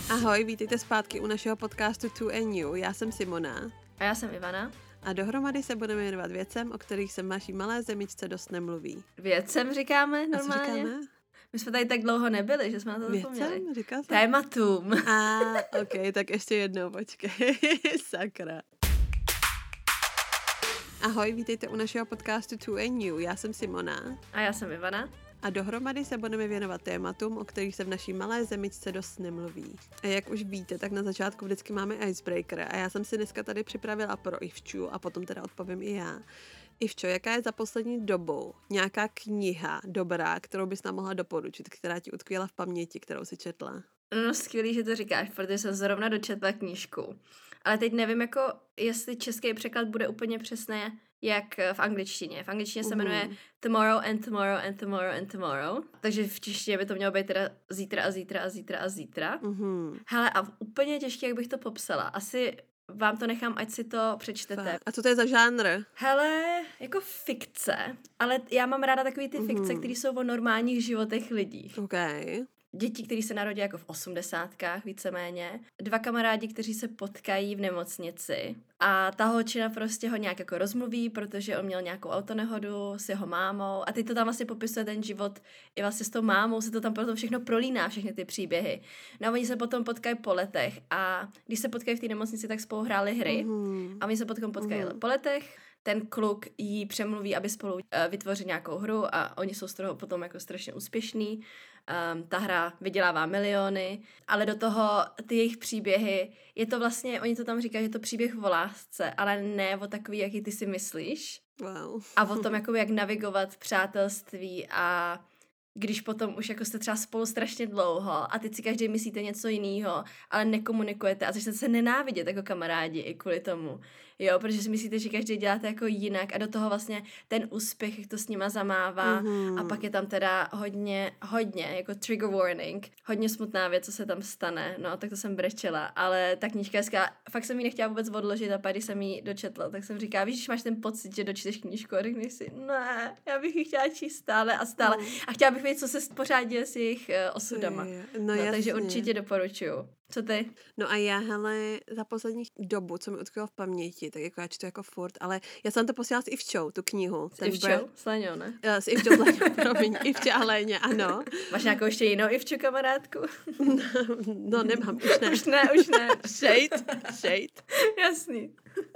Ahoj, vítejte zpátky u našeho podcastu 2NU. Já jsem Simona. A já jsem Ivana. A dohromady se budeme věnovat věcem, o kterých se v naší malé zemičce dost nemluví. Věcem říkáme normálně? A co říkáme? My jsme tady tak dlouho nebyli, že jsme na to zapomněli. Věcem? Říká se? Tématům. Ok, tak ještě jednou, počkej. Sakra. Ahoj, vítejte u našeho podcastu 2NU. Já jsem Simona. A já jsem Ivana. A dohromady se budeme věnovat tématům, o kterých se v naší malé zemičce dost nemluví. A jak už víte, tak na začátku vždycky máme icebreaker a já jsem si dneska tady připravila pro Ivču a potom teda odpovím i já. Ivčo, jaká je za poslední dobou nějaká kniha dobrá, kterou bys nám mohla doporučit, která ti utkvěla v paměti, kterou si četla? No skvělý, že to říkáš, protože jsem zrovna dočetla knížku. Ale teď nevím, jako jestli český překlad bude úplně přesné, jak v angličtině. V angličtině se jmenuje Tomorrow and Tomorrow and Tomorrow and Tomorrow. Takže v češtině by to mělo být teda zítra a zítra a zítra a zítra. Hele, a úplně těžké, jak bych to popsala. Asi vám to nechám, ať si to přečtete. Fakt. A co to je za žánr? Hele, jako fikce, ale já mám ráda takový ty fikce, které jsou o normálních životech lidí. OK. Děti, které se narodí jako v 80kách víceméně. 2 kamarádi, kteří se potkají v nemocnici. A ta holčina prostě ho nějak jako rozmluví, protože on měl nějakou autonehodu s jeho mámou. A teď to tam vlastně popisuje ten život i vlastně s tou mámou, se to tam potom všechno prolíná, všechny ty příběhy. No a oni se potom potkají po letech. A když se potkají v té nemocnici, tak spolu hráli hry. A oni se potom potkají po letech. Ten kluk jí přemluví, aby spolu vytvořili nějakou hru a oni jsou z toho potom jako strašně úspěšní. Ta hra vydělává miliony, ale do toho ty jejich příběhy, je to vlastně, oni to tam říkají, že je to příběh o lásce, ale ne o takový, jaký ty si myslíš. Wow. A o tom, jakoby, jak navigovat v přátelství a když potom už jako jste třeba spolu strašně dlouho a teď si každý myslíte něco jiného, ale nekomunikujete a začnete se nenávidět jako kamarádi i kvůli tomu. Jo, protože si myslíte, že každý děláte jako jinak a do toho vlastně ten úspěch, jak to s nima zamává a pak je tam teda hodně, jako trigger warning, hodně smutná věc, co se tam stane, no, tak to jsem brečela, ale ta knížka je skvělá, fakt jsem ji nechtěla vůbec odložit a pak, když jsem ji dočetla, tak jsem říkala, víš, máš ten pocit, že dočteš knížku a řekneš si, ne, já bych ji chtěla číst stále a stále a chtěla bych vědět, co se pořád děje s jejich osudama. No, takže určitě doporučuju. Co ty? No a já, hele, za poslední dobu, co mi utkvělo v paměti, tak jako já čtu jako furt, ale já jsem to posílala s Ivčou, tu knihu. S Ivčou? S Léňou, ne? S Ivčou, s Léňou, promiň, Ivče a Léně, ano. Máš nějakou ještě jinou Ivču, kamarádku? No nemám, už ne. Už ne. Shade. Jasný.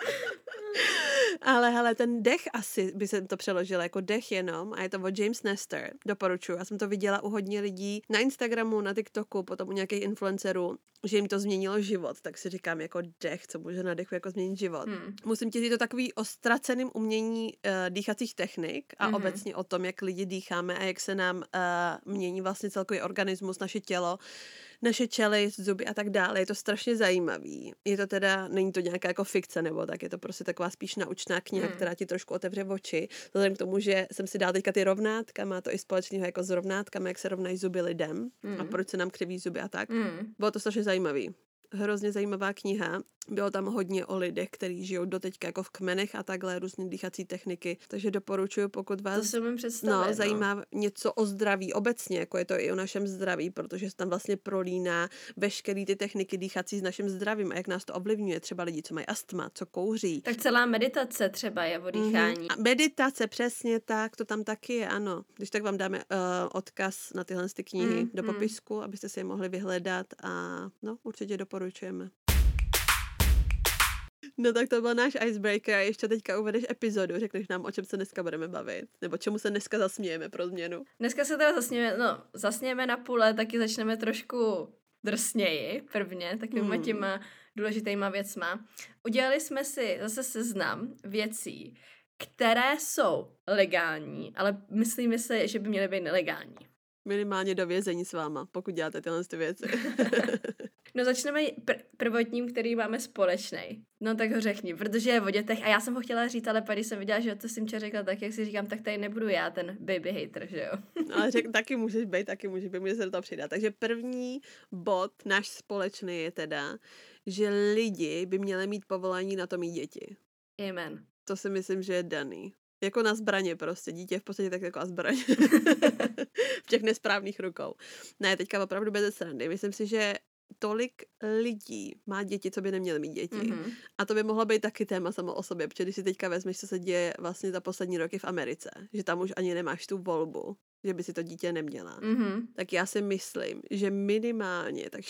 Ale hele, ten dech asi by se to přeložilo jako dech jenom a je to od James Nestor. Doporučuji. Já jsem to viděla u hodně lidí na Instagramu, na TikToku, potom u nějakých influencerů, že jim to změnilo život, tak si říkám jako dech, co může na dechu jako změnit život. Musím ti říct, to takový o ztraceném umění dýchacích technik a obecně o tom, jak lidi dýcháme a jak se nám mění vlastně celkový organismus, naše tělo, naše čelist, zuby a tak dále. Je to strašně zajímavý. Je to teda, není to nějaká jako fikce nebo tak, je to prostě taková spíš naučná kniha, která ti trošku otevře oči. Vzhledem k tomu, že jsem si dala teďka ty rovnátka, má to i společného jako s rovnátkami, jak se rovnají zuby lidem a proč se nám křiví zuby a tak. Bylo to strašně zajímavý. Hrozně zajímavá kniha. Bylo tam hodně o lidech, kteří žijou doteďka jako v kmenech a takhle, různé dýchací techniky. Takže doporučuji, pokud vás to si umím představit, zajímá něco o zdraví obecně, jako je to i o našem zdraví, protože se tam vlastně prolíná veškeré ty techniky dýchací s naším zdravím a jak nás to ovlivňuje. Třeba lidi, co mají astma, co kouří. Tak celá meditace třeba je o dýchání. A meditace, přesně tak, to tam taky je, ano. Když tak vám dáme odkaz na tyhle ty knihy do popisku, abyste si je mohli vyhledat a no, určitě doporučujeme. No tak to byl náš icebreaker a ještě teďka uvedeš epizodu, řekneš nám, o čem se dneska budeme bavit, nebo čemu se dneska zasmějeme pro změnu. Dneska se teda zasmějeme na půle, taky začneme trošku drsněji prvně, takovýma těma důležitýma věcma. Udělali jsme si zase seznam věcí, které jsou legální, ale myslíme si, že by měly být nelegální. Minimálně do vězení s váma, pokud děláte tyhle věci. No začneme prvotním, který máme společný. No tak ho řekni, protože je o dětech a já jsem ho chtěla říct, ale pak když jsem viděla, že to Simča řekla tak, jak si říkám, tak tady nebudu já ten baby hater, že jo? Ale taky můžeš být, může se do toho přidat. Takže první bod náš společný je teda, že lidi by měli mít povolání na to mít děti. Amen. To si myslím, že je daný. Jako na zbraně prostě. Dítě je v podstatě tak jako a zbraň. V těch nesprávných rukou. Ne, teďka opravdu bez srandy. Myslím si, že tolik lidí má děti, co by neměly mít děti. A to by mohlo být taky téma samo o sobě, protože když si teďka vezmeš, co se děje vlastně za poslední roky v Americe, že tam už ani nemáš tu volbu, že by si to dítě neměla. Tak já si myslím, že minimálně tak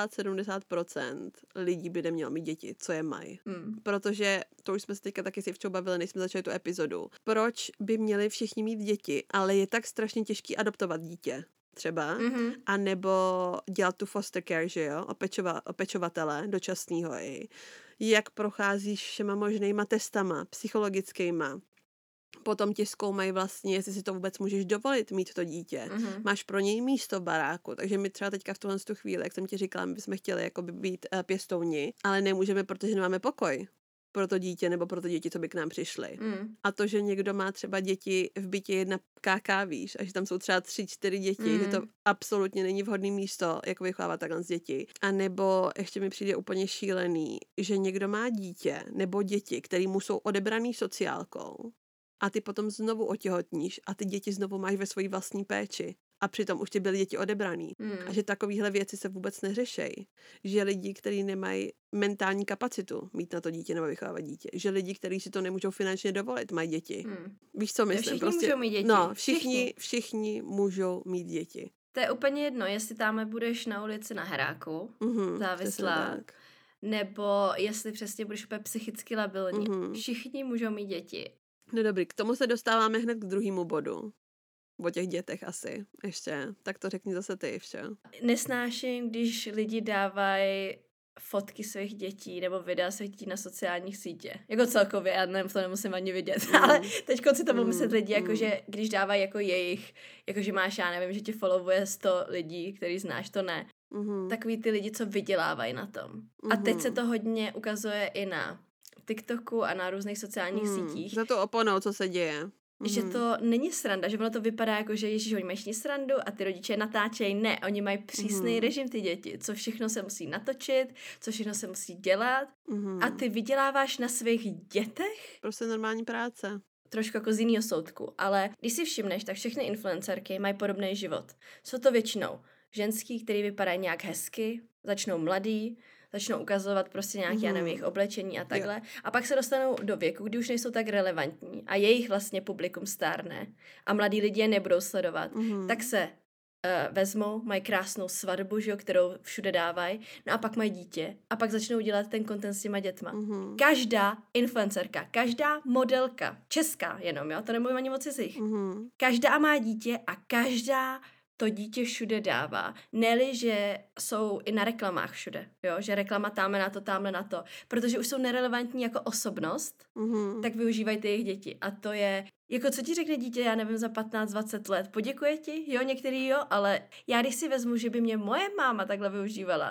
60-70% lidí by nemělo mít děti, co je mají. Protože to už jsme se teďka taky si včou bavili, než jsme začali tu epizodu. Proč by měli všichni mít děti, ale je tak strašně těžký adoptovat dítě? Třeba, a nebo dělat tu foster care, že jo, opečovatele dočasnýho i. Jak procházíš všema možnýma testama, psychologickýma. Potom ti zkoumají vlastně, jestli si to vůbec můžeš dovolit mít to dítě. Máš pro něj místo v baráku, takže my třeba teďka v tuhle chvíli, jak jsem ti říkala, my bychom chtěli jakoby být pěstouni, ale nemůžeme, protože nemáme pokoj pro to dítě nebo pro to děti, co by k nám přišly. A to, že někdo má třeba děti v bytě 1KK, víš, a že tam jsou třeba 3-4 děti, že to absolutně není vhodné místo, jako vychovávat takhle z děti. A nebo ještě mi přijde úplně šílený, že někdo má dítě nebo děti, který mu jsou odebraný sociálkou a ty potom znovu otěhotníš a ty děti znovu máš ve své vlastní péči. A přitom už ti byly děti odebraný. A že takovéhle věci se vůbec neřešejí. Že lidi, kteří nemají mentální kapacitu mít na to dítě nebo vychovávat dítě. Že lidi, kteří si to nemůžou finančně dovolit, mají děti. Víš, co myslím? Všichni můžou mít děti. No, všichni můžou mít děti. To je úplně jedno, jestli tam budeš na ulici na heráku, závislá, nebo jestli přesně budeš úplně psychicky labilní. Všichni můžou mít děti. No dobrý, k tomu se dostáváme hned k druhému bodu. O těch dětech asi ještě. Tak to řekni zase ty, vše. Nesnáším, když lidi dávají fotky svých dětí nebo videa svých dětí na sociálních sítě. Jako celkově, já to nemusím ani vidět, ale teď si to myslet lidi, jakože když dávají jako jejich, jakože máš, já nevím, že tě followuje 100 lidí, který znáš, to ne. Takový ty lidi, co vydělávají na tom. A teď se to hodně ukazuje i na TikToku a na různých sociálních sítích. Za to oponou, co se děje. Že to není sranda, že ono to vypadá jako, že ježíš, oni mají všichni srandu a ty rodiče natáčejí. Ne, oni mají přísný režim, ty děti, co všechno se musí natočit, co všechno se musí dělat a ty vyděláváš na svých dětech? Prostě normální práce. Trošku jako z jinýho soudku, ale když si všimneš, tak všechny influencerky mají podobný život. Jsou to většinou ženský, který vypadají nějak hezky, začnou mladý, začnou ukazovat prostě nějaké, já nevím, jejich oblečení a takhle. Yeah. A pak se dostanou do věku, kdy už nejsou tak relevantní a jejich vlastně publikum stárne a mladí lidi je nebudou sledovat. Tak se vezmou, mají krásnou svatbu, že jo, kterou všude dávají, no a pak mají dítě a pak začnou dělat ten content s těma dětma. Každá influencerka, každá modelka, česká jenom, jo, to nemluvím ani o cizích. Každá má dítě a každá to dítě všude dává. Ne-li, že jsou i na reklamách všude, jo? Že reklama tamhle na to. Protože už jsou nerelevantní jako osobnost, tak využívají ty jejich děti. A to je, jako co ti řekne dítě, já nevím, za 15-20 let. Poděkuje ti? Jo, některý jo, ale já když si vezmu, že by mě moje máma takhle využívala,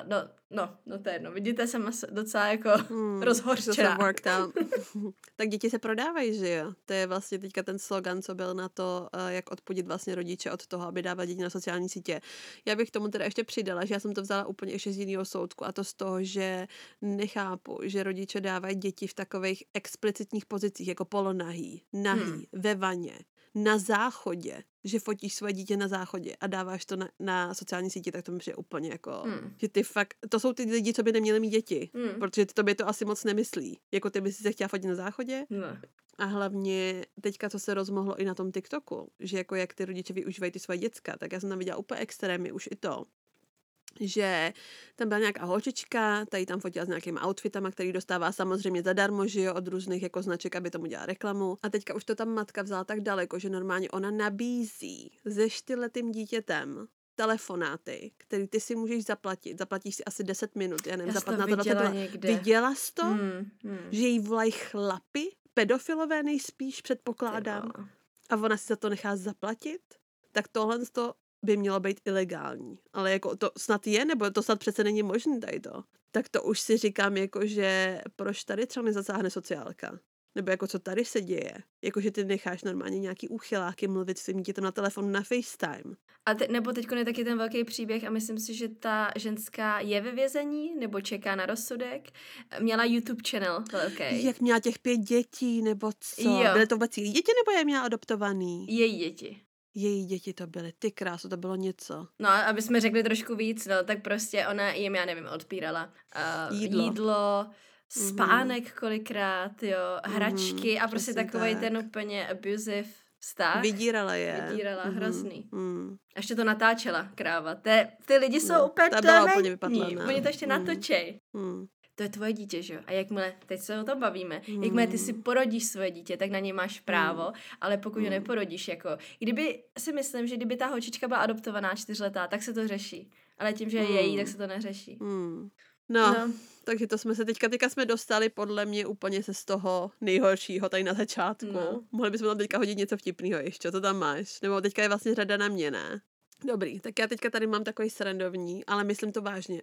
no to je jedno. Vidíte, jsem docela jako rozhořčená. Tak děti se prodávají, že jo? To je vlastně teďka ten slogan, co byl na to, jak odpudit vlastně rodiče od toho, aby dávali děti na sociální sítě. Já bych k tomu teda ještě přidala, že já jsem to vzala úplně ještě z jiného soudku a to z toho, že nechápu, že rodiče dávají děti v takových explicitních pozicích, jako polonahý, nahý, ve vaně, na záchodě, že fotíš své dítě na záchodě a dáváš to na sociální síti, tak to mi přijde úplně jako, že ty fakt, to jsou ty lidi, co by neměli mít děti, protože tobě to asi moc nemyslí. Jako ty by si se chtěla fotit na záchodě? Ne. A hlavně teďka, co se rozmohlo i na tom TikToku, že jako jak ty rodiče využívají ty své děcka, tak já jsem tam viděla úplně extrémy už i to, že tam byla nějaká holčička, tady tam fotila s nějakýma outfitama, který dostává samozřejmě zadarmo, že jo, od různých jako značek, aby tomu dělala reklamu. A teďka už to tam matka vzala tak daleko, že normálně ona nabízí se 4letým dítětem telefonáty, který ty si můžeš zaplatit. Zaplatíš si asi 10 minut, já nevím, za 15-20 minut. Viděla jsi to? Že jí volají chlapi? Pedofilové nejspíš, předpokládám. A ona si za to nechá zaplatit? Tak tohle by mělo být ilegální. Ale jako to snad je, nebo to snad přece není možné tady to. Tak to už si říkám, jako že proč tady třeba nezasáhne sociálka? Nebo jako co tady se děje? Jako že ty necháš normálně nějaký úchyláky mluvit svým dítětem na telefonu na FaceTime. A nebo teďko je taky ten velký příběh a myslím si, že ta ženská je ve vězení nebo čeká na rozsudek. Měla YouTube channel velký. Jak měla těch 5 dětí, nebo co? Jo. Byly to vůbec její děti, nebo je měla adoptovaný? Její děti. její děti to byly, ty krásu, to bylo něco. No a aby jsme řekli trošku víc, no, tak prostě ona jim, já nevím, odpírala jídlo, spánek kolikrát, jo, hračky a prostě takovej ten úplně abusive vztah. Vydírala je. Hrozný. A ještě to natáčela, kráva. Ty lidi jsou úplně vypatlaná. Oni to ještě natočej. To je tvoje dítě, že jo? A jakmile, teď se o tom bavíme, jakmile ty si porodíš svoje dítě, tak na něj máš právo, ale pokud ho neporodíš, jako, kdyby si myslím, že kdyby ta holčička byla adoptovaná 4letá, tak se to řeší. Ale tím, že je její, tak se to neřeší. No, takže to jsme se teďka jsme dostali podle mě úplně se z toho nejhoršího tady na začátku. No. Mohli bychom tam teďka hodit něco vtipného ještě, co tam máš? Nebo teďka je vlastně řada na mě, ne? Dobrý, tak já teďka tady mám takový srandovní, ale myslím to vážně.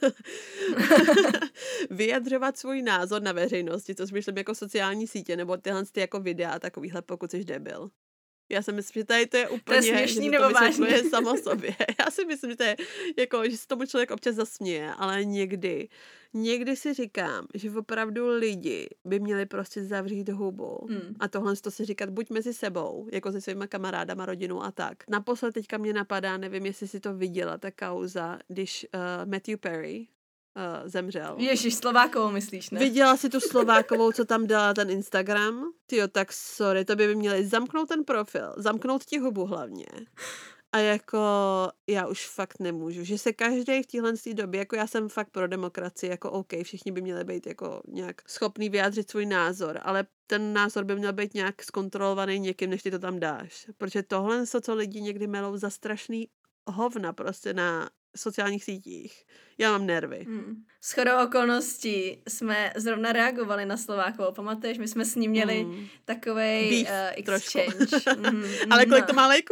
Vyjadřovat svůj názor na veřejnosti, což myslím jako sociální sítě, nebo tyhle jako videa a takovýhle, pokud jsi debil. Já si myslím, že tady to je úplně, to je směšný, že to vysvětluje samo sobě. Já si myslím, že to je jako, že se tomu člověk občas zasměje, ale někdy si říkám, že opravdu lidi by měli prostě zavřít hubu. A tohle to si říkat buď mezi sebou, jako se svýma kamarádama, rodinou a tak. Naposled teďka mě napadá, nevím, jestli si to viděla, ta kauza, když Matthew Perry zemřel. Ježiš, Slovákovou myslíš, ne? Viděla si tu Slovákovou, co tam dala ten Instagram? Tyjo, tak sorry, to by měli zamknout ten profil, zamknout ti hubu hlavně. A jako já už fakt nemůžu, že se každý v téhle době, jako já jsem fakt pro demokracii, jako OK, všichni by měli být jako nějak schopný vyjádřit svůj názor, ale ten názor by měl být nějak zkontrolovaný někým, než ty to tam dáš. Protože tohle, co lidi někdy melou za strašný hovna prostě na sociálních sítích. Já mám nervy. Shodou okolností jsme zrovna reagovali na Slovákovou. Pamatuješ, my jsme s ním měli takovej exchange. Ale kolik to má lajků?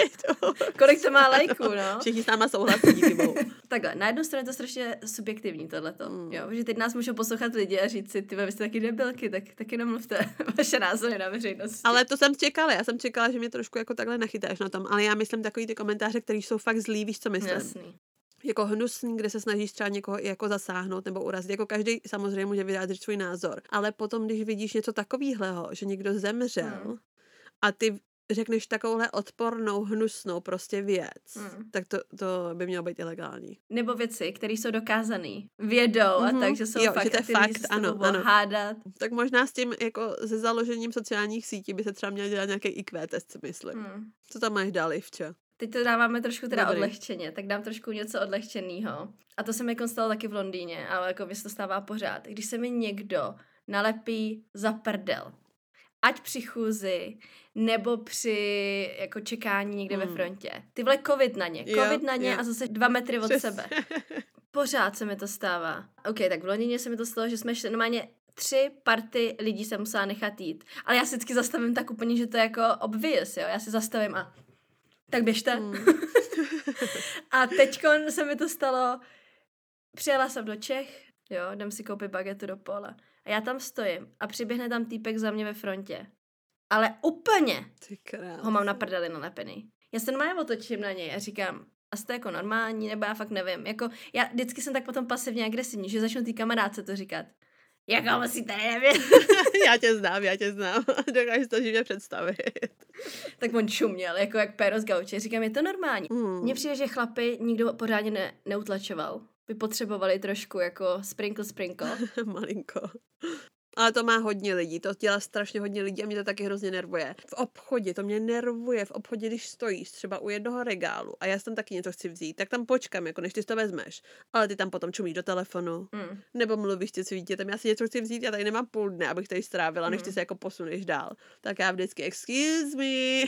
Kolik to má lajků, no? Všichni s náma souhlasí, díky bohu. Takhle, na jednu stranu je to strašně subjektivní tohleto. Jo, že teď nás můžou poslouchat lidi a říct si, vy jste taky debilky, tak taky nemluvte vaše názory na veřejnosti. Ale to jsem čekala, já jsem čekala, že mě trošku jako takhle nachytáš na tom, ale já myslím takový ty komentáře, které jsou fakt zlý, víš, co myslím. Jasný. Jako hnusný, kde se snažíš třeba někoho i jako zasáhnout nebo urazit. Jako každý samozřejmě může vyjádřit svůj názor. Ale potom, když vidíš něco takového, že někdo zemřel a ty řekneš takovouhle odpornou, hnusnou prostě věc, tak to by mělo být ilegální. Nebo věci, které jsou dokázané vědou a tak, že jsou fakt, že to je fakt, ano. hádat. Tak možná s tím, jako se založením sociálních sítí by se třeba měl dělat nějaký IQ test, si myslím. Co tam máš dál, Ivča? Teď to dáváme trošku teda odlehčeně, tak dám trošku něco odlehčenýho. A to se mi stalo taky v Londýně, ale jako mi se to stává pořád. Když se mi někdo nalepí za prdel, ať při chůzi, nebo při jako čekání někde ve frontě. Ty vole, covid na ně a zase 2 metry od sebe. Pořád se mi to stává. OK, tak v Londýně se mi to stalo, že jsme šli normálně 3 party lidí se musela nechat jít. Ale já si vždycky zastavím tak úplně, že to je jako obvious, jo. Já si zastavím a tak běžte. A teďkon se mi to stalo, přijela jsem do Čech, jo, jdem si koupit bagetu do Pola. A já tam stojím a přiběhne tam týpek za mě ve frontě. Ale úplně ho mám na prdeli nalepený. Já se normálně otočím na něj a říkám, a jste jako normální, nebo já fakt nevím. Jako, já vždycky jsem tak potom pasivně agresivní, že začnu tý kamarádce to říkat. Jako musíte nevím. Já tě znám. Dokážu to živě představit. Tak on čuměl, jako jak péro z gauče. Říkám, je to normální. Mně přijde, že chlapy nikdo pořádně neutlačoval. By potřebovali trošku jako sprinkle. Malinko. Ale to má hodně lidí, to dělá strašně hodně lidí a mě to taky hrozně nervuje. V obchodě, to mě nervuje, v obchodě, když stojíš třeba u jednoho regálu a já tam taky něco chci vzít, tak tam počkám, jako než ty to vezmeš. Ale ty tam potom čumíš do telefonu, nebo mluvíš si s dítětem, já si něco chci vzít, já tady nemám půl dne, abych tady strávila, než ty se jako posuneš dál. Tak já vždycky, excuse me.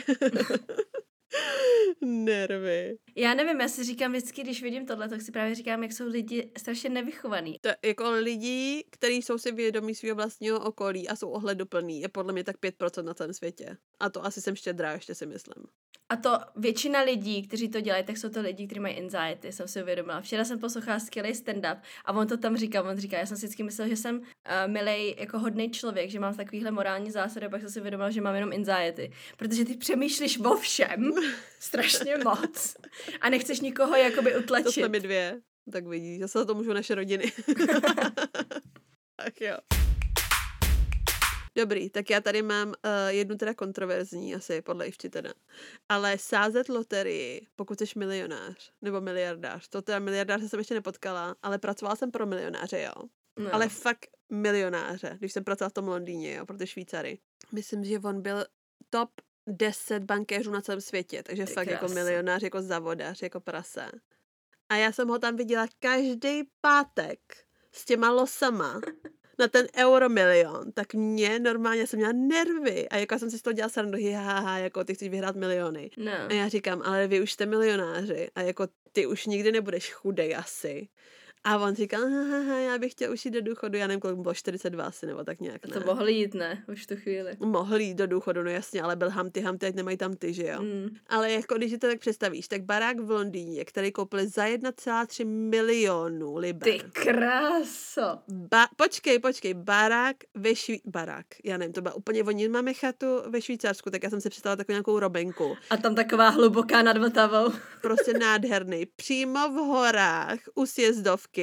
Nervy. Já nevím, já si říkám vždycky, když vidím tohle, tak si právě říkám, jak jsou lidi strašně nevychovaný. To jako lidi, kteří jsou si vědomí svého vlastního okolí a jsou ohleduplný, je podle mě tak 5% na celém světě. A to asi jsem štědrá, ještě si myslím. A to většina lidí, kteří to dělají, tak jsou to lidi, kteří mají anxiety, jsem si uvědomila. Včera jsem poslouchala skvělý stand-up a on to tam říkal, já jsem si vždycky myslel, že jsem milej, jako hodný člověk, že mám takovýhle morální zásady, a pak jsem si uvědomila, že mám jenom anxiety. Protože ty přemýšlíš o všem strašně moc a nechceš nikoho jakoby utlačit. To jsme my 2, tak vidíš, já se za to můžu naše rodiny. Tak jo. Dobrý, tak já tady mám jednu teda kontroverzní, asi podle Ivči teda. Ale sázet loterii, pokud jsi milionář nebo miliardář, to teda miliardáře jsem ještě nepotkala, ale pracovala jsem pro milionáře, jo. No. Ale fakt milionáře, když jsem pracovala v tom Londýně, jo, pro ty Švýcary. Myslím, že on byl top 10 bankéřů na celém světě, takže Ty fakt krása. jako milionář, jako zavodář, jako prase. A já jsem ho tam viděla každý pátek s těma losama na ten euromilion, tak mě normálně jsem měla nervy a jako já jsem si z toho dělala srandu, jako ty chceš vyhrát miliony. No. A já říkám, ale vy už jste milionáři a jako ty už nikdy nebudeš chudej asi. A on říkal, já bych chtěl už jít do důchodu, já nevím, kolik mu bylo, 42 asi, nebo tak nějak, ne? To mohli jít, ne? Už tu chvíli. Mohli jít do důchodu, no jasně, ale byl hamty, ať nemají tam ty, že jo? Ale jako, když si to tak představíš, tak barák v Londýně, který koupili za 1,3 milionu liber. Ty kráso. Počkej, barák, já nevím, to byla úplně, oni máme chatu ve Švýcarsku, tak já jsem si představila takovou nějakou robenku. A tam taková hluboká nad Vltavou. Prostě nádherný. Přímo v horách u sjezdovky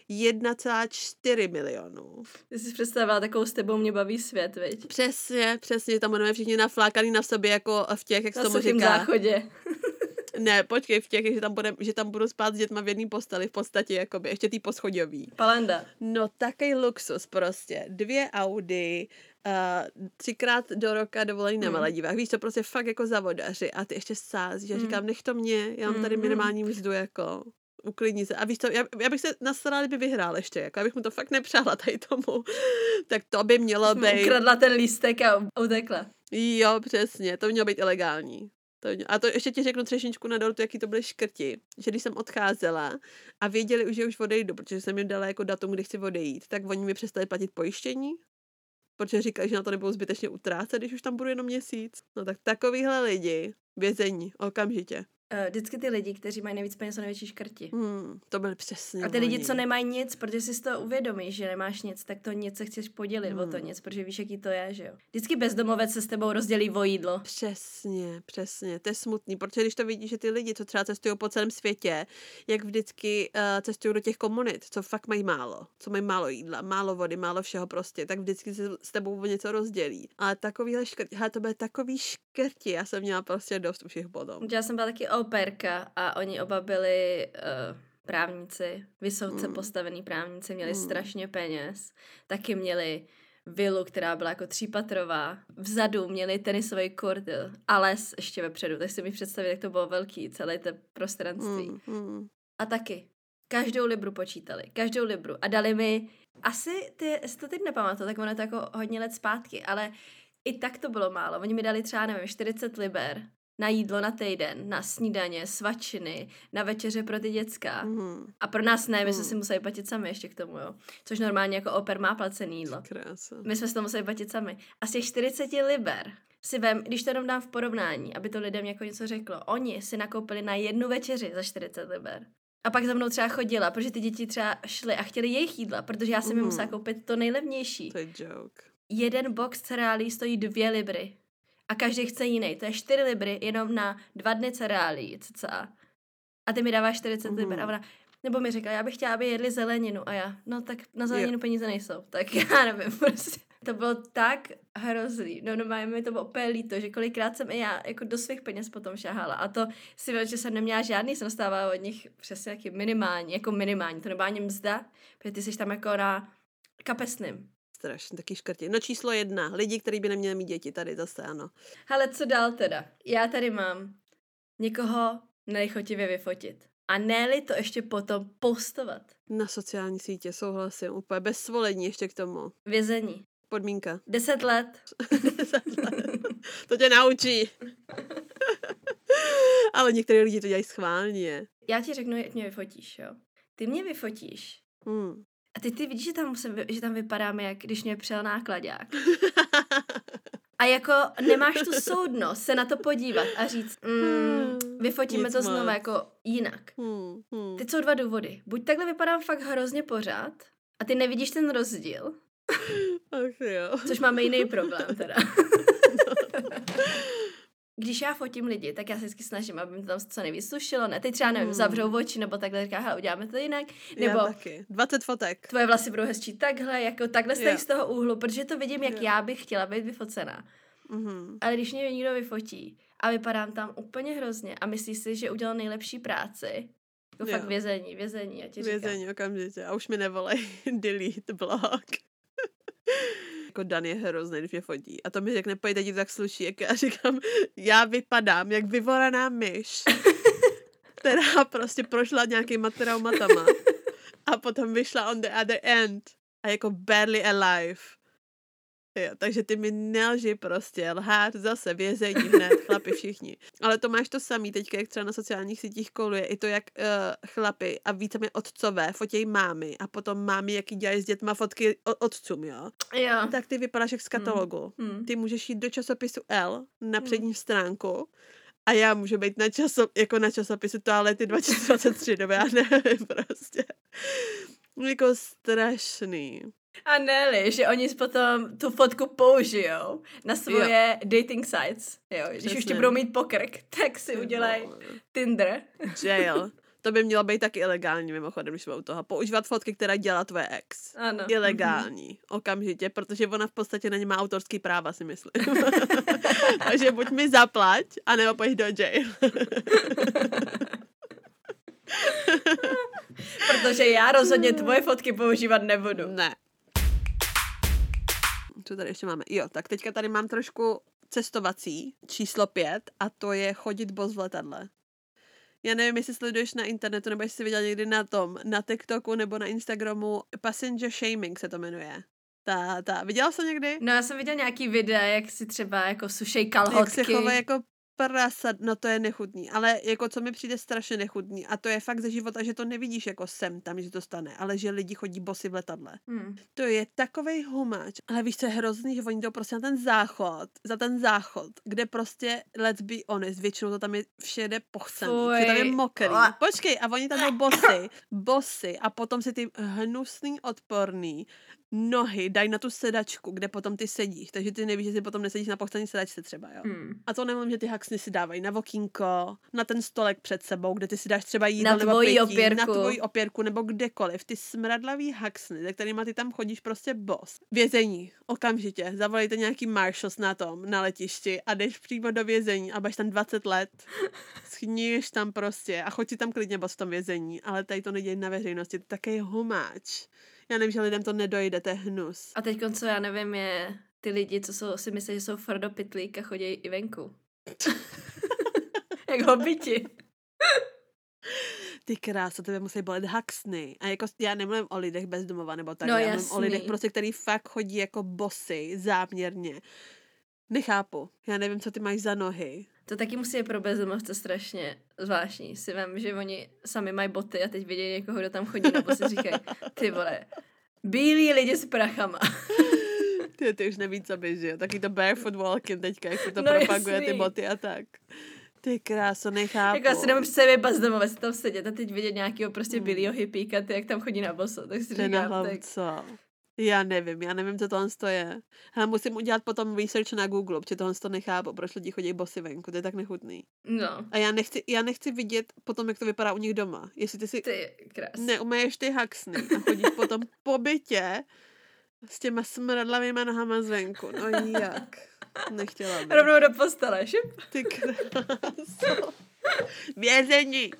1,4 milionů. Ty jsi představila takovou s tebou mě baví svět, viď? Přesně, tam budeme všichni naflákaný na sobě, jako v těch, jak se tomu říká. záchodě. Ne, počkej, v těch, že tam budu spát s dětma v jedné posteli, v podstatě, jakoby, ještě tý poschodový. Palenda. No, takový luxus prostě. 2 Audi, 3krát do roka dovolený na Maledivách. Víš, to prostě fakt jako zavodaři a ty ještě sázíš. Já říkám, nech to mě, já mám tady minimální mzdu, jako uklidni se. A víš co, já bych se nasrala, kdyby vyhrál ještě, jako, abych mu to fakt nepřála tady tomu. Tak to by mělo být. Ukradla ten lístek a utekla. Jo, přesně, to mělo být ilegální. A to ještě ti řeknu třešničku na dortu, jaký to byly škrti. Že když jsem odcházela a věděli už, že už odejdu, protože jsem jim dala jako datum, kdy chci odejít, tak oni mi přestali platit pojištění, protože říkali, že na to nebudou zbytečně utrácet, když už tam budu jenom měsíc. No tak takovýhle lidi, vězení, okamžitě. Vždycky ty lidi, kteří mají nejvíc peněz, jsou největší škrti. To byly přesně A ty lidi, co nemají nic, protože si z toho uvědomíš, že nemáš nic, tak to nic se chceš podělit o to nic, protože víš, jaký to je, že jo. Vždycky bezdomovec se s tebou rozdělí o jídlo. Přesně, to je smutný, protože když to vidíš, že ty lidi, co třeba cestují po celém světě, jak vždycky cestují do těch komunit, co fakt mají málo, co mají málo jídla, málo vody, málo všeho prostě, tak vždycky se s tebou o něco rozdělí. Ale takovýhle škrti, to byly takový škrti, já jsem měla prostě dost už jich potom. Já jsem byla taky operka a oni oba byli právníci, vysoce postavený právníci, měli strašně peněz, taky měli vilu, která byla jako 3patrová, vzadu měli tenisový kort a les ještě vepředu, tak si mi představit, jak to bylo velký, celé to prostranství. A taky každou libru počítali, a dali mi, asi si to teď nepamatuju, tak ono je to jako hodně let zpátky, ale i tak to bylo málo, oni mi dali třeba, nevím, 40 liber na jídlo na týden, na snídaně, svačiny, na večeře pro ty děcka. A pro nás ne, my jsme si museli platit sami ještě k tomu, jo. Což normálně jako oper má placený jídlo. Krása. My jsme si to museli platit sami. A z těch 40 liber si vem, když to jenom dám v porovnání, aby to lidem jako něco řeklo, oni si nakoupili na jednu večeři za 40 liber. A pak za mnou třeba chodila, protože ty děti třeba šly a chtěli jejich jídla, protože já jsem jim musela koupit to nejlevnější. To je joke. Jeden box cereálí stojí 2 libry. A každý chce jiný. To je 4 libry jenom na 2 dny cereálí, cca. A ty mi dáváš 40 liber. A ona, nebo mi řekla, já bych chtěla, aby jedli zeleninu. A já, no tak na zeleninu peníze nejsou. Tak já nevím, prostě. To bylo tak hrozný. No mi to bylo úplně líto, že kolikrát jsem i já jako do svých peněz potom šahala. A to si věděl, že jsem neměla žádný, jsem dostávala od nich přesně jaký minimální. To nebyla ani mzda, protože ty jsi tam jako na kapesným. Strašně taky škrtí. No číslo 1. Lidi, kteří by neměli mít děti. Tady zase ano. Hele, co dál teda? Já tady mám někoho nelichotivě vyfotit. A ne-li to ještě potom postovat. Na sociální sítě, souhlasím. Úplně bez svolení ještě k tomu. Vězení. Podmínka. 10 let. 10 let. To tě naučí. Ale některé lidi to dělají schválně. Já ti řeknu, jak mě vyfotíš, jo. Ty mě vyfotíš. A ty vidíš, že tam vypadáme, jak když mě přijel nákladák. A jako nemáš tu soudnost se na to podívat a říct, vyfotíme to znovu jako jinak. Teď jsou 2 důvody. Buď takhle vypadám fakt hrozně pořád a ty nevidíš ten rozdíl. Ach jo. Což máme jiný problém teda. když já fotím lidi, tak já se vždycky snažím, aby mi to tam co nejvíc slušilo, ne? Teď třeba nevím, zavřou oči, nebo takhle říká, hele, uděláme to jinak, nebo já taky. 20 fotek. Tvoje vlasy budou hezčí takhle, jako takhle stojí z toho úhlu, protože to vidím, jak já bych chtěla být vyfocená. Ale když mě někdo vyfotí a vypadám tam úplně hrozně a myslí si, že udělal nejlepší práci, jako fakt vězení, já ti říkám. Vězení, okamžitě. A už mi nevolej, delete blog. Jako Dan je hrozný, když mě fotí. A to mi řekne, pojďte ti to tak sluší, jak já říkám, já vypadám jak vyvoraná myš, která prostě prošla nějakýma traumatama a potom vyšla on the other end a jako barely alive. Jo, takže ty mi nelži prostě, lhát zase, vězení hned, chlapi všichni. Ale to máš to samý teďka, jak třeba na sociálních sítích koluje, i to, jak chlapi a víceméně otcové fotějí mámy a potom mámy, jaký dělají s dětma fotky otcům, jo? Tak ty vypadáš jak z katalogu. Ty můžeš jít do časopisu L na přední stránku a já můžu být na časopisu Toalety 2023, nebo já nevím prostě. Jako strašný. A ne, že oni potom tu fotku použijou na svoje dating sites. Jo, když už ti budou mít pokrk, tak si udělají Tinder. Jail. To by mělo být taky ilegální, mimochodem, když jsme u toho. Používat fotky, která dělá tvoje ex. Ano. Ilegální. Okamžitě, protože ona v podstatě na ně má autorský práva, si myslím. Takže buď mi zaplať, anebo pojď do jail. Protože já rozhodně tvoje fotky používat nebudu. Ne. Co tady ještě máme? Jo, tak teďka tady mám trošku cestovací, číslo 5, a to je chodit bos v letadle. Já nevím, jestli sleduješ na internetu, nebo jestli jsi viděl někdy na TikToku nebo na Instagramu, passenger shaming se to jmenuje. Viděla jsi to někdy? No, já jsem viděla nějaký videa, jak si třeba jako sušej kalhotky. Jak se chovají jako prasa, no to je nechutný, ale jako co mi přijde strašně nechutný a to je fakt ze života, že to nevidíš jako sem tam, že to stane, ale že lidi chodí bosy v letadle. To je takovej humáč, ale víš, co je hrozný, že oni jdou prostě na ten záchod, kde prostě let's be honest, většinou to tam je všede pochcený, že tam je mokrý. Počkej, a oni tam jdou bosy a potom si ty hnusný, odporný nohy dají na tu sedačku, kde potom ty sedíš, takže ty nevíš, že si potom nesedíš na pochcený sedačce třeba, jo. A to nemám, že ty haxny si dávají na okýnko, na ten stolek před sebou, kde ty si dáš třeba jídlo nebo pití, na tvoji opěrku nebo kdekoliv. Ty smradlavý haxny, se kterýma ty tam chodíš prostě bos. Vězení, okamžitě, zavolejte nějaký marshals na letišti a jdeš přímo do vězení a budeš tam 20 let. Schníš tam prostě a choď si tam klidně bos v tom vězení, ale tady to nedějí na veřejnosti, to je takový humáč. Já nevím, že lidem to nedojde, to je hnus. A teď, co já nevím, je ty lidi, co si myslí, že jsou Frodo-pytlík a chodí i venku. Jak hobiti. Ty krása, tebe musí bolet haxny. A jako já nemluvím o lidech bez domova nebo tak, já mluvím o lidech prostě, který fakt chodí jako bosy, záměrně. Nechápu. Já nevím, co ty máš za nohy. To taky musí je pro bezdomovce strašně zvláštní. Si vím, že oni sami mají boty a teď vidí někoho, kdo tam chodí, nebo si říkají, ty vole, bílí lidi s prachama. Ty už neví, co bys, jo. Taky to barefoot walking teďka, jak se to propaguje, jasný. Ty boty a tak. Ty kráso, nechápu. Jako asi nemůžu představit bezdomovec tam sedět a teď vidět nějakého prostě bílýho hippíka, jak tam chodí na boso. Tak si říkám, tak... co? Já nevím, co tohle je. Ale musím udělat potom research na Google, protože tohle to nechápu, proč lidi chodí bosy venku, to je tak nechutný. No. A já nechci vidět potom, jak to vypadá u nich doma. Jestli ty si neumeješ ty haxny a chodíš potom po bytě s těma smradlavýma nohama zvenku. No jak? Nechtěla bych. Rovnou do postele, šup. Ty kráso. Vězení.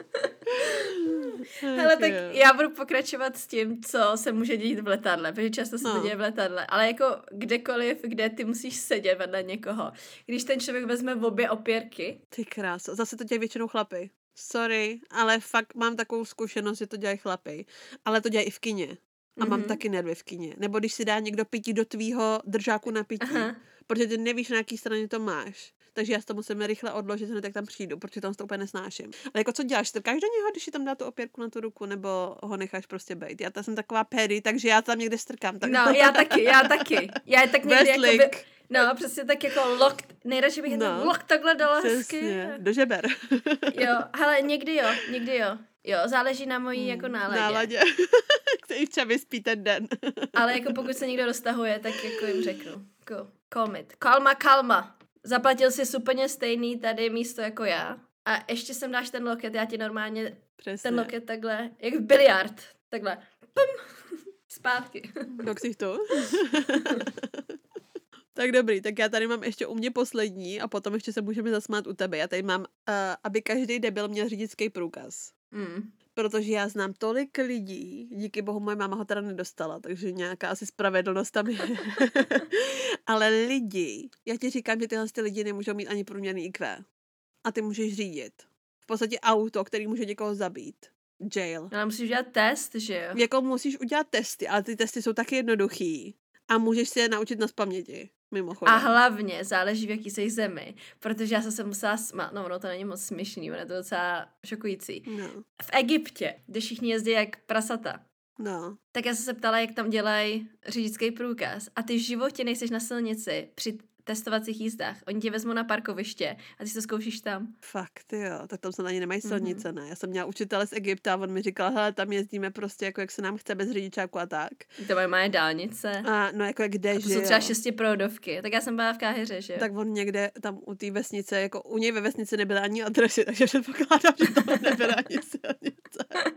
Hele, tak já budu pokračovat s tím, co se může dít v letadle, protože často se to děje v letadle, ale jako kdekoliv, kde ty musíš sedět vedle někoho. Když ten člověk vezme v obě opěrky. Ty kráso, zase to dělají většinou chlapy. Sorry, ale fakt mám takovou zkušenost, že to dělají chlapy. Ale to dělají i v kině. A mám taky nervy v kině. Nebo když si dá někdo pití do tvýho držáku na pití. Aha. Protože ty nevíš, na jaký straně to máš. Takže já si to musím rychle odložit, hned jak tam přijdu, protože tam to úplně nesnáším. Ale jako co děláš? Trkáš do něho, když si tam dá tu opěrku na tu ruku, nebo ho necháš prostě bejt? Já jsem taková pedy, takže já tam někde strkám. Tak... No, já taky. Já tak někdy jako no, přesně tak jako nejradši bych takhle dala hezky. Do žeber. Jo, hele, někdy jo. Jo, záleží na mojí jako náladě. Který třeba vyspí ten den. Ale jako pokud se někdo roztahuje, tak jako jim řeknu. Calma. zaplatil jsi úplně stejný tady místo jako já a ještě sem dáš ten loket, já ti normálně Přesně. ten loket takhle, jak v biliard, takhle, pum, zpátky. Do ksichtu. Tak dobrý, tak já tady mám ještě u mě poslední a potom ještě se můžeme zasmát u tebe. Já tady mám, aby každý debil měl řidičský průkaz. Protože já znám tolik lidí, díky bohu moje máma ho teda nedostala, takže nějaká asi spravedlnost tam je. Ale lidi, já ti říkám, že tyhle lidi nemůžou mít ani průměrný IQ. A ty můžeš řídit. V podstatě auto, který může někoho zabít. Jail. Ale musíš udělat test, že jo? Jako musíš udělat testy, ale ty testy jsou taky jednoduchý. A můžeš si je naučit na spaměti, mimochodem. A hlavně záleží, v jaký jsi zemi. Protože já jsem se musela smát, no to není moc směšný, ono je to docela šokující. No. V Egyptě, kde všichni jezdí jak prasata, No. tak já jsem se ptala, jak tam dělají řidičský průkaz. A ty v životě nejseš na silnici při testovacích jízdách. Oni tě vezmou na parkoviště a ty si to zkoušíš tam. Fakt, jo. Tak tam snad ani nemají silnice, ne? Já jsem měla učitele z Egypta a on mi říkal, hele, tam jezdíme prostě jako jak se nám chce bez řidičáku a tak. To mají dálnice. A no jako kde, to že jsou jo. třeba 6proudovky. Tak já jsem byla v Káhiře, že jo. Tak on někde tam u té vesnice, jako u něj ve vesnici nebyly ani adresy, takže předpokládám, že tam nebyly ani silnice.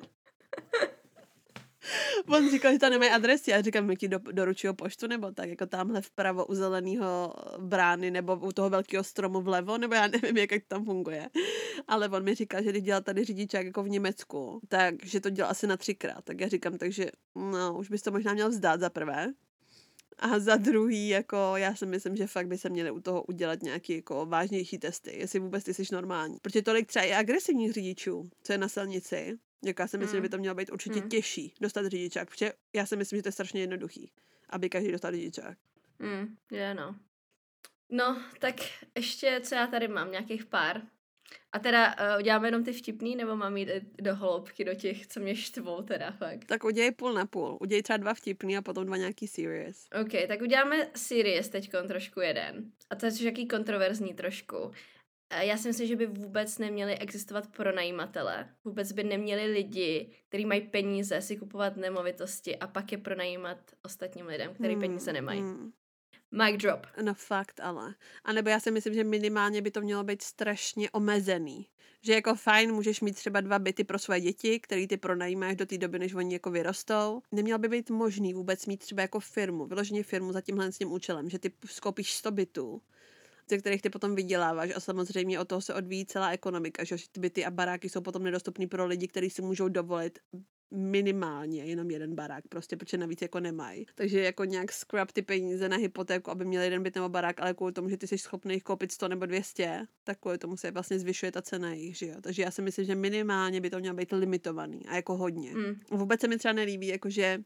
On říkal, že tam nemají adresy. Já říkám, my ti doručují poštu, nebo tak, jako tamhle vpravo u zeleného brány, nebo u toho velkého stromu vlevo, nebo já nevím, jak to tam funguje. Ale on mi říkal, že když dělal tady řidičák jako v Německu, takže to dělal asi na 3krát. Tak já říkám, takže no, už bys to možná měl vzdát za prvé. A za druhý, jako já si myslím, že fakt by se měli u toho udělat nějaký jako vážnější testy, jestli vůbec ty jsi normální. Protože tolik třeba i agresivních řidičů, co je na silnici, jako já si myslím, že by to mělo být určitě těžší dostat řidičák, protože já si myslím, že to je strašně jednoduchý, aby každý dostal řidičák. Je no. No, tak ještě, co já tady mám, nějakých pár. A teda uděláme jenom ty vtipný, nebo mám jít do hloubky, do těch, co mě štvou teda fakt? Tak udělej půl na půl. Udělej třeba 2 vtipný a potom 2 nějaký serious. OK, tak uděláme serious teďkon trošku jeden. A to je jaký kontroverzní trošku. Já si myslím, že by vůbec neměli existovat pronajímatele. Vůbec by neměli lidi, kteří mají peníze, si kupovat nemovitosti a pak je pronajímat ostatním lidem, kteří peníze nemají. Mic drop. No fakt, ale. A nebo já si myslím, že minimálně by to mělo být strašně omezený. Že jako fajn, můžeš mít třeba 2 byty pro své děti, který ty pronajímáš do té doby, než oni jako vyrostou. Nemělo by být možný vůbec mít třeba jako firmu, vyloženě firmu za tímhle s tím účelem, že ty skoupíš 100 bytů, ze kterých ty potom vyděláváš a samozřejmě od toho se odvíjí celá ekonomika, že ty byty a baráky jsou potom nedostupný pro lidi, kteří si můžou dovolit minimálně jenom jeden barák, prostě, protože navíc jako nemají. Takže jako nějak scrap ty peníze na hypotéku, aby měli jeden byt nebo barák, ale kvůli tomu, že ty jsi schopný jich koupit 100 nebo 200, tak kvůli tomu se vlastně zvyšuje ta cena jich, že jo. Takže já si myslím, že minimálně by to mělo být limitovaný a jako hodně. Vůbec se mi třeba nelíbí, jakože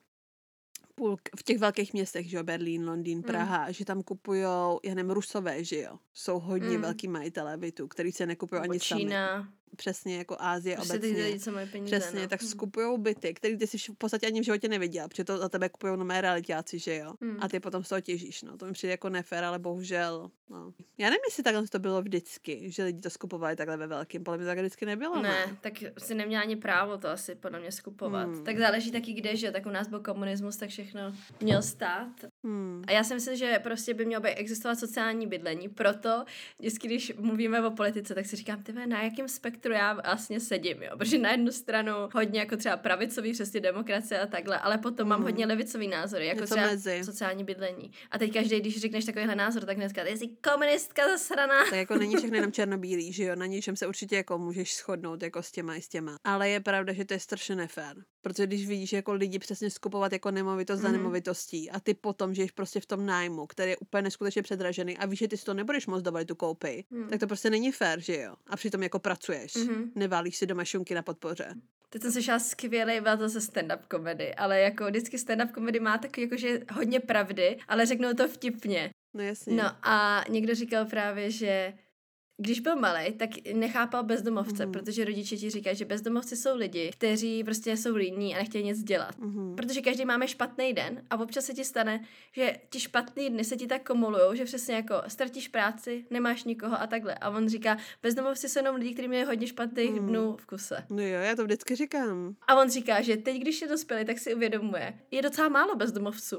v těch velkých městech, že jo, Berlín, Londýn, Praha, že tam kupujou, já nevím, Rusové, že jo, jsou hodně velký majitelé bytů, který se nekupují ani Čína. sami. Přesně, jako Ázie prostě obecně. Ty lidi, co mají peníze, přesně, no. tak skupujou byty, který ty si v podstatě ani v životě neviděl, protože to za tebe kupují nové realitáci, že jo. A ty potom z toho těžíš, no. To mi přijde jako nefér, ale bohužel, no. Já nevím, jestli takhle to bylo vždycky, že lidi to skupovali takhle ve velkým, podle mě tak vždycky nebylo, ne, tak si neměla ani právo to asi podle mě skupovat. Tak záleží taky kde, že tak u nás byl komunismus, tak všechno měl stát. A já si myslím, že prostě by mělo být existovat sociální bydlení, proto vždycky, když mluvíme o politice, tak si říkám, tyve, na jakém spektru já vlastně sedím, jo, protože na jednu stranu hodně jako třeba pravicový, přesně demokracie a takhle, ale potom mám hodně levicový názory, jako něco třeba mezi. Sociální bydlení. A teď každý, když řekneš takovýhle názor, tak hnedka, ty jsi komunistka zasraná. Tak jako není všechno jenom černobílý, že jo, na něčem se určitě jako můžeš shodnout jako s těma i s těma. Ale je pravda, že to je strašně nefér. Protože když vidíš jako lidi přesně skupovat jako nemovitost za nemovitostí a ty potom žiješ prostě v tom nájmu, který je úplně neskutečně předražený a víš, že ty si to nebudeš moc dovolit tu koupy, tak to prostě není fér, že jo. A přitom jako pracuješ. Neválíš si doma šunky na podpoře. Teď jsem slyšela skvělej, byla to se stand-up komedy, ale jako vždycky stand-up komedy má takový jakože hodně pravdy, ale řeknou to vtipně. No jasně. No a někdo říkal právě, že když byl malej, tak nechápal bezdomovce, protože rodiče ti říkají, že bezdomovci jsou lidi, kteří prostě jsou líní a nechtějí nic dělat. Protože každý máme špatný den a občas se ti stane, že ti špatný dny se ti tak kumulujou, že přesně jako ztratíš práci, nemáš nikoho a takhle. A on říká, bezdomovci jsou jenom lidi, kteří měli hodně špatných dnů v kuse. No jo, já to vždycky říkám. A on říká, že teď, když je dospělý, tak si uvědomuje, je docela málo bezdomovců.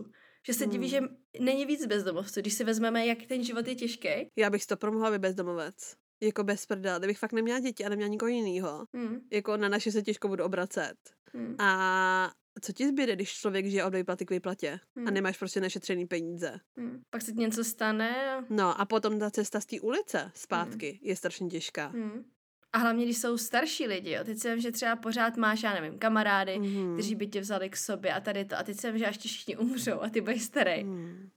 Že se diví, že není víc bezdomovců, když si vezmeme, jak ten život je těžký. Já bych to promohla být bezdomovec. Jako bez prdela, kdybych fakt neměla děti a neměla nikoho jinýho. Jako na naše se těžko budu obracet. A co ti zbyde, když člověk žije od výplaty k výplatě a nemáš prostě našetřený peníze? Pak se ti něco stane. No a potom ta cesta z té ulice zpátky je strašně těžká. A hlavně, když jsou starší lidi, jo. Teď si vím, že třeba pořád máš, já nevím, kamarády, kteří by tě vzali k sobě a tady to. A teď si vím, že až ti všichni umřou a ty budeš starý.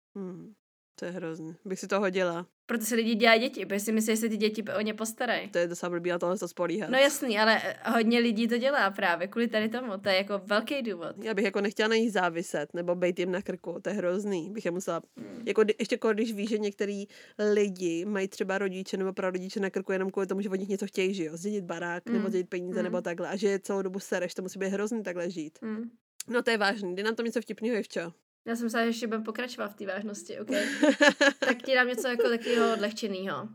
To je hrozný. Bych si to hodila. Proto se lidi dělají děti, protože si myslí, že se ty děti o ně postarají. To je docela blbý na tohle to spolíhat. No jasný, ale hodně lidí to dělá právě kvůli tady tomu. To je jako velký důvod. Já bych jako nechtěla na ní záviset, nebo bejt jim na krku. To je hrozný. Bych je musela... Jako ještě když víš, že některý lidi mají třeba rodiče nebo prarodiče na krku jenom kvůli tomu, že od nich něco chtějí, že jo? Zdědit barák, nebo zdědit peníze, nebo takhle. A že celou dobu sereš, to musí být hrozný takhle žít. No to je vážný. Jde nám tam něco vtipného, Jevčo. Já jsem myslela, že ještě budeme pokračovat v té vážnosti, ok? Tak ti dám něco jako takového odlehčenýho.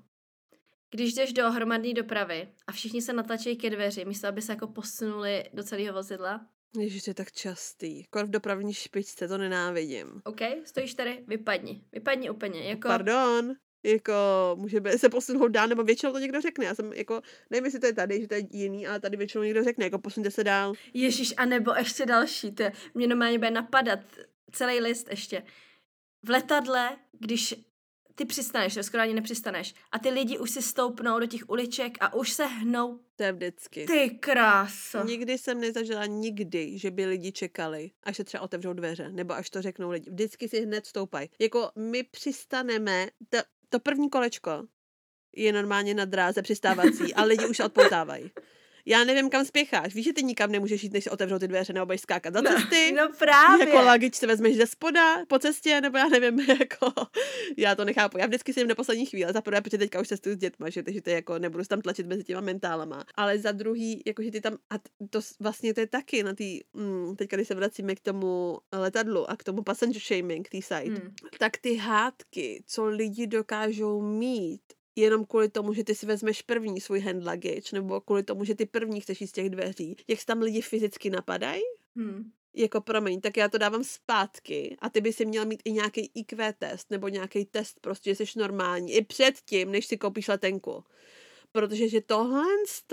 Když jdeš do hromadné dopravy a všichni se natlačí ke dveři, místo aby se jako posunuli do celého vozidla. Ježiš, to je tak častý. Jako v dopravní špičce, to nenávidím. Ok, stojíš tady, vypadni. Vypadni úplně, jako... Pardon. Jako, může se posunout dál, nebo většinou to někdo řekne. Já jsem jako, nevím, jestli to je tady, že to je jiný, ale tady většinou někdo řekne, jako posuňte se dál. Ježiš, a nebo ještě další, to je, mě normálně bude napadat celý list ještě. V letadle, když ty přistaneš, skoro ani nepřistaneš, a ty lidi už si stoupnou do těch uliček a už se hnou. To je vždycky. Ty kráso. Nikdy jsem nezažila že by lidi čekali, až se třeba otevřou dveře, nebo až to řeknou lidi. Vždycky si hned stoupají. Jako my přistaneme, to první kolečko je normálně na dráze přistávací a lidi už se odpoutávají. Já nevím, kam spěcháš. Víš, že ty nikam nemůžeš jít, než se otevřou ty dveře, nebo budeš skákat za cesty. No právě. Jako luggage se vezmeš ze spoda po cestě, nebo já nevím, jako já to nechápu. Já vždycky si jim na poslední chvíli, za prvé, protože teďka už cestuju s dětma, že takže to je jako nebudu se tam tlačit mezi těma mentálama. Ale za druhý, jakože ty tam, a to vlastně to je taky na tý, teďka když se vracíme k tomu letadlu a k tomu passenger shaming, tý site, tak ty hádky, co lidi dokážou mít, jenom kvůli tomu, že ty si vezmeš první svůj hand luggage, nebo kvůli tomu, že ty první chceš jít z těch dveří, jak se tam lidi fyzicky napadají, jako promiň, tak já to dávám zpátky a ty by si měla mít i nějaký IQ test, nebo nějaký test prostě, že jsi normální, i předtím, než si koupíš letenku. Protože že tohle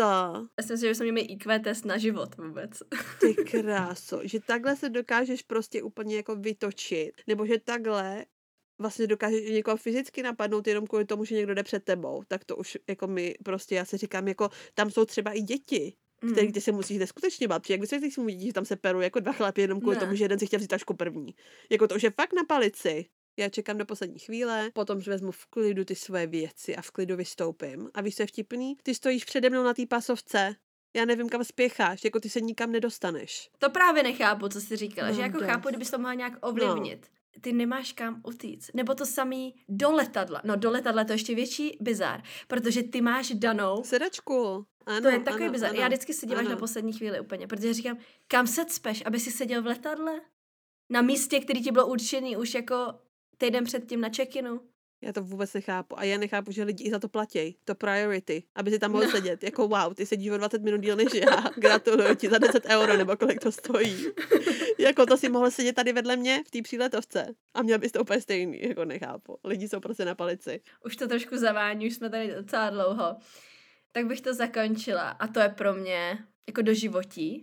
Já si myslím, že bychom měli IQ test na život vůbec. Ty kráso, že takhle se dokážeš prostě úplně jako vytočit, nebo že takhle vlastně dokážeš někoho fyzicky napadnout jenom kvůli tomu, že někdo jde před tebou, tak to už jako my prostě, já si říkám, jako tam jsou třeba i děti, který ty se musíš neskutečně bát, protože jak vysvětlíš svým děti, že tam se perou jako dva chlapi jenom kvůli tomu, že jeden si chtěl vzít tašku první. Jako to už je fakt na palici. Já čekám do poslední chvíle, potom vezmu v klidu ty svoje věci a v klidu vystoupím. A víš, co je vtipný? Ty stojíš přede mnou na té pasovce, já nevím, kam spěcháš, jako ty se nikam nedostaneš. To právě nechápu, co jsi říkala, že jako chápu, kdybys to mohla nějak ovlivnit. Ty nemáš kam utíct. Nebo to samý do letadla. No do letadla to je ještě větší bizár, protože ty máš danou sedačku. Ano, to je takový bizár. Ano, já vždycky si díváš na poslední chvíli úplně, protože říkám, kam se cpeš, aby si seděl v letadle? Na místě, který ti bylo určený už jako týden předtím na check-inu? Já to vůbec nechápu. A já nechápu, že lidi i za to platí. To priority. Aby si tam mohl sedět. Jako wow, ty sedíš o 20 minut díl než já. Gratuluju ti za 10 euro, nebo kolik to stojí. Jako to si mohl sedět tady vedle mě v té příletovce. A měl bys to úplně stejný. Jako nechápu. Lidi jsou prostě na palici. Už to trošku zavání, už jsme tady docela dlouho. Tak bych to zakončila. A to je pro mě jako doživotí.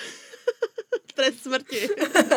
Trest smrti.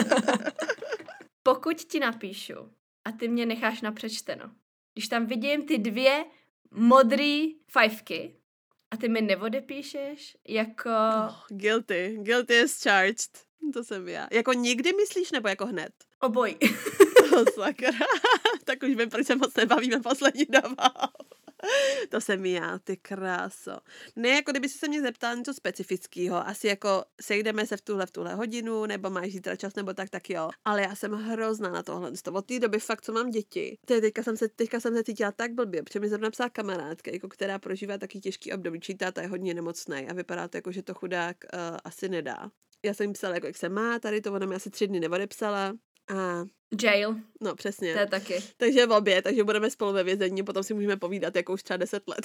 Pokud ti napíšu a ty mě necháš na přečteno. Když tam vidím ty 2 modrý 5 a ty mi neodepíšeš jako... Guilty. Guilty as charged. To jsem já. Jako nikdy myslíš, nebo jako hned? Obojí. Sakra. Tak už vím, proč se moc nebavíme poslední dobou. To jsem já, ty kráso. Ne, jako kdyby si se mě zeptal něco specifického, asi jako sejdeme se v tuhle hodinu, nebo máš zítra čas, nebo tak jo. Ale já jsem hrozná na tohle. Od té doby fakt, co mám děti. Teďka jsem se cítila tak blbě, protože mi zrovna napsala kamarádka, jako která prožívá taky těžký období, čí táta je hodně nemocnej a vypadá to jako, že to chudák asi nedá. Já jsem jim psala, jako jak se má, tady to ona mi asi 3 dny neodepsala. A Jail. No, přesně. To je taky. Takže v obě, takže budeme spolu ve vězení, potom si můžeme povídat, jako už třeba 10 let.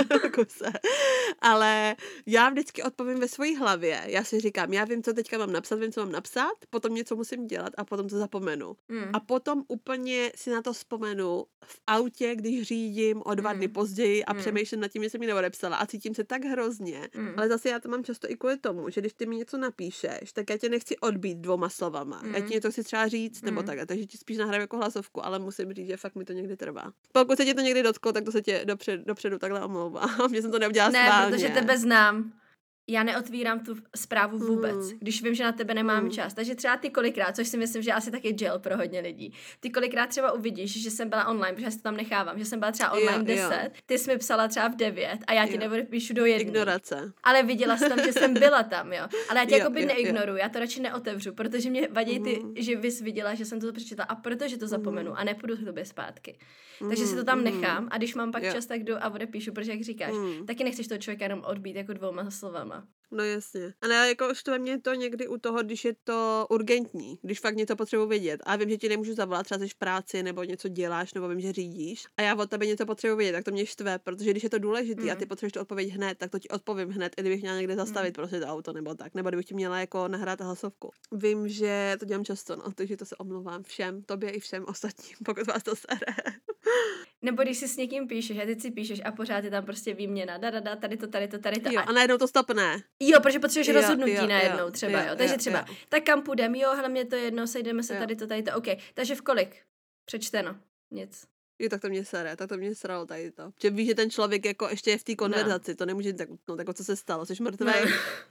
Ale já vždycky odpovím ve své hlavě. Já si říkám, já vím, co teďka mám napsat, vím, co mám napsat, potom něco musím dělat a potom to zapomenu. A potom úplně si na to vzpomenu v autě, když řídím o 2 dny později a přemýšlím nad tím, že jsem mi neodepsala a cítím se tak hrozně. Ale zase já to mám často i kvůli tomu, že když ty mi něco napíšeš, tak já tě nechci odbít 2 slovama. Já ti něco chci třeba říct, nebo tak, takže ti spíš nahraju jako hlasovku, ale musím říct, že fakt mi to někdy trvá. Pokud se tě to někdy dotklo, tak to se tě dopředu takhle omlouvám. Že jsem to neudělala schválně. Ne, protože tebe znám. Já neotvírám tu zprávu vůbec, když vím, že na tebe nemám čas. Takže třeba ty kolikrát, což si myslím, že asi taky jail pro hodně lidí. Ty kolikrát třeba uvidíš, že jsem byla online, protože já si to tam nechávám, že jsem byla třeba online 10, ty jsi mi psala třeba v 9 a já ti neodepíšu do 1. Ignorace. Ale viděla jsem tam, že jsem byla tam, jo. Ale já tě jakoby neignoruju, já to radši neotevřu, protože mě vadí ty, že jsi viděla, že jsem to přečetla a protože to zapomenu a nepůjdu k tobě zpátky. Takže si to tam nechám a když mám pak čas, tak jdu a odepíšu, protože jak říkáš, taky nechceš toho člověka jenom odbít jako 2 slovama. No jasně. Ale jako štve mě to někdy u toho, když je to urgentní, když fakt něco potřebuji vědět a vím, že ti nemůžu zavolat, třeba jsi v práci nebo něco děláš, nebo vím, že řídíš a já od tebe něco potřebuji vědět, tak to mě štve, protože když je to důležitý a ty potřebuješ tu odpověď hned, tak to ti odpovím hned, i kdybych měla někde zastavit prostě to auto nebo tak, nebo kdybych ti měla jako nahrát hlasovku. Vím, že to dělám často, no, takže to se omlouvám všem, tobě i všem ostatním, pokud vás to sere. Nebo když si s někým píšeš a ty si píšeš a pořád je tam prostě výměna, tady to. Jo, a najednou to stopne. Jo, protože potřebuješ rozhodnutí najednou třeba, jo. Takže třeba, tak kam půjdem, jo, hele, mě to jedno, sejdeme se tady to, OK. Takže v kolik? Přečteno. Nic. Jo, tak to mě sralo tady to. Že víš, že ten člověk jako ještě je v té konverzaci, to nemůže tak utnout, jako co se stalo, jsi mrtvej.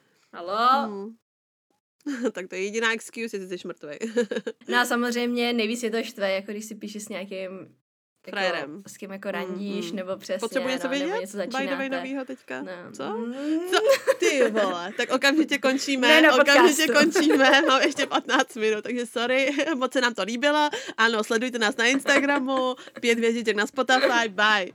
Halo? Tak to je jediná excuse, že jsi mrtvej. No a samozřejmě nejvíc je to štve, jako když si píšeš s nějakým frajerem. S kým jako randíš, nebo přesně, potřebuji něco vědět? Nebo něco začínáte. By novýho teďka. No. Co? Ty vole, tak okamžitě končíme. Mám ještě 15 minut, takže sorry, moc se nám to líbilo. Ano, sledujte nás na Instagramu, 5 hvězdiček na Spotify, bye.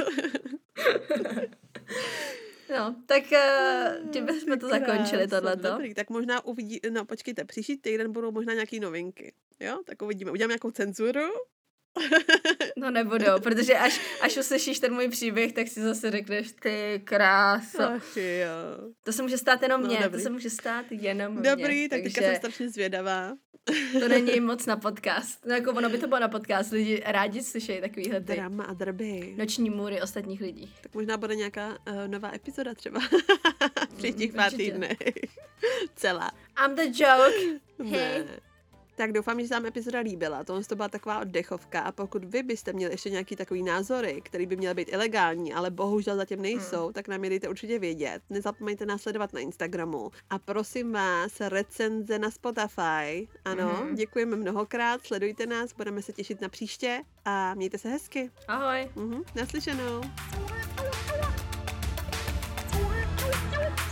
No, tak tím jsme to zakončili, tohleto. Dobrý, tak možná počkejte, příští týden budou možná nějaký novinky. Jo, tak uvidíme. Uděláme nějakou cenzuru. No nebudou, protože až uslyšíš ten můj příběh, tak si zase řekneš, ty kráso. Ach jo. To se může stát jenom mně, to se může stát jenom mně. Dobrý, tak teďka jsem strašně zvědavá. To není moc na podcast. No jako ono by to bylo na podcast, lidi rádi slyšejí takovýhle ty drama a drby. Noční můry ostatních lidí. Tak možná bude nějaká nová epizoda třeba. Při těch pár týdnech. Celá. I'm the joke. Hey. Tak doufám, že se vám epizoda líbila. Tohle to byla taková oddechovka a pokud vy byste měli ještě nějaký takový názory, který by měl být ilegální, ale bohužel zatím nejsou, tak nám je dejte určitě vědět. Nezapomeňte nás sledovat na Instagramu. A prosím vás, recenze na Spotify. Ano, děkujeme mnohokrát, sledujte nás, budeme se těšit na příště a mějte se hezky. Ahoj. Naslyšenou.